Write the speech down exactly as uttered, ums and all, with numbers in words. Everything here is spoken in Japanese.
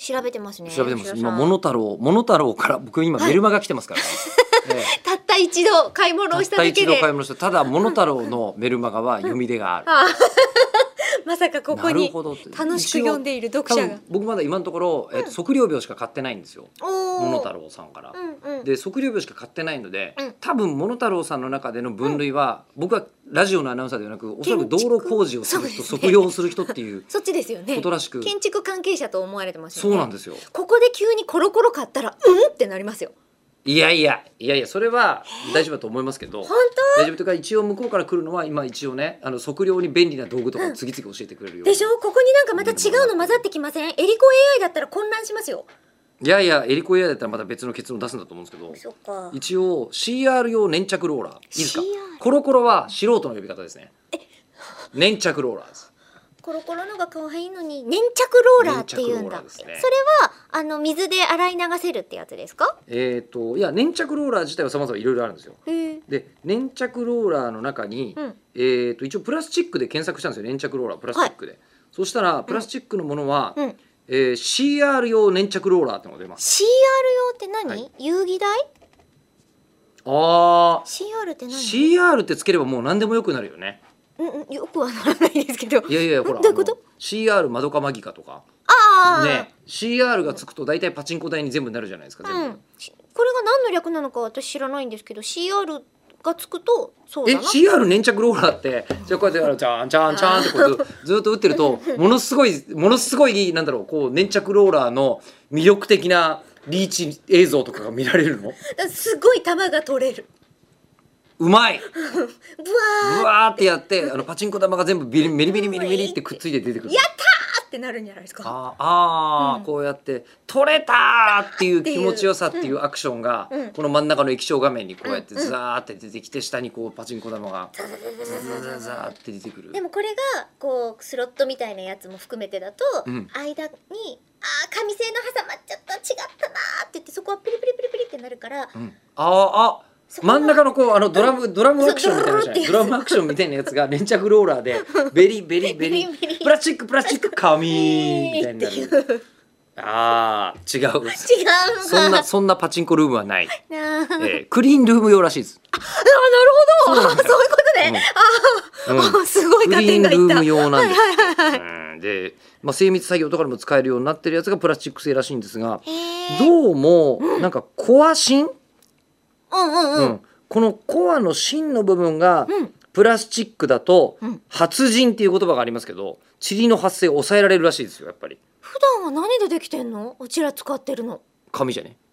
調べてますね。 調べてます。 吉田さん今モノタロウモノタロウから僕今メルマが来てますから、ね。ええたった一度買い物をしただけで。 たった一度買い物した。ただモノタロウのメルマガは読み出がある。 あまさかここになるほどって楽しく読んでいる読者が多分。僕まだ今のところ、えっと、測量病しか買ってないんですよ。 おーモノタロウさんから。 うんうん。 で測量病しか買ってないので、 うん多分モノタロウさんの中での分類は、僕はラジオのアナウンサーではなく、おそらく道路工事をする人、 建築そうですね測量をする人っていうそっちですよねこと。らしく、 建築関係者と思われてますよね。 そうなんですよ。 ここで急にコロコロ買ったらうんってなりますよ。 いやいやいやいや、それは大丈夫だと思いますけど、 本大丈夫というか、一応向こうから来るのは今一応ね、あの測量に便利な道具とかを次々教えてくれるように、 当でしょ。ここになんかまた違うの混ざってきません？エリコ エーアイ だったら混乱しますよ。 いやいや、エリコエアだったらまた別の結論出すんだと思うんですけど、 そっか。 一応 シーアール 用粘着ローラーいいですか？ シーアールコロコロは素人の呼び方ですね。粘着ローラーです。 コロコロのが可愛いのに粘着ローラーっていうんだ。 粘着ローラーですねそれはあの水で洗い流せるってやつですか？ えっ、といや、粘着ローラー自体は様々いろいろあるんですよ。 へえ。 で粘着ローラーの中に、 うんえっ、と一応プラスチックで検索したんですよ。粘着ローラープラスチックで、そしたらプラスチックのものは、 うん。 えー シーアール 用粘着ローラーってのが出ます。 シーアール 用って何？ はい遊戯台？ あーシーアール って何？ シーアール ってつければもう何でもよくなるよね。 うんうん、よくはならないですけど。 いやいやほら、 どういうこと？ あの シーアール マドカマギカとかああ。 ね、シーアール がつくと大体パチンコ台に全部なるじゃないですか。全部、 うん。しこれが何の略なのか私知らないんですけど シーアール がつくとそうだえな。 シーアール 粘着ローラーってじゃあこうやってあのチャンチャンチャンってこうずずっと打ってるとものすごいものすごいなんだろう、こう粘着ローラーの魅力的なリーチ映像とかが見られるの？ だからすごい球が取れる。 うまい。 ブワブワーってやってあのパチンコ玉が全部ビリメリメリメリメリってくっついて出てくる。 ーやったーってなるんじゃないですか。 あーあー、 うんこうやって取れたーっていう気持ちよさっていうアクションが、 うんこの真ん中の液晶画面にこうやってうんうんザーって出てきて、下にこうパチンコ玉がザザザザザーって出てくる。 でもこれがこうスロットみたいなやつも含めてだと、 うん間にあー紙製の挟まっちゃった違ったなーって言ってそこはピリピリピリピリってなるから、 うん、あーあそこは真ん中のこうあのドラム、ドラムアクションみたいなのじゃない、 そうドラムアクションみたいなやつが粘着ローラーでベリベリベリベリベリプラスチックプラスチック紙みたいになっている。 うあー違う。 違うそんなそんなパチンコルームはない。 なあ、 えークリーンルーム用らしいです。 あなるほどそうなんだよそういうことね、 うんあーすごいク加リーンルー点がいったム用なんです。 はいはいはいはいうんで、まあ、精密作業とかでも使えるようになってるやつがプラスチック製らしいんですが、 へーどうもなんかコア芯、 うんうんうん、 うんこのコアの芯の部分がうんプラスチックだとうん発塵っていう言葉がありますけど、塵の発生を抑えられるらしいですよ。やっぱり普段は何でできてんの？うちら使ってるの。 紙じゃね。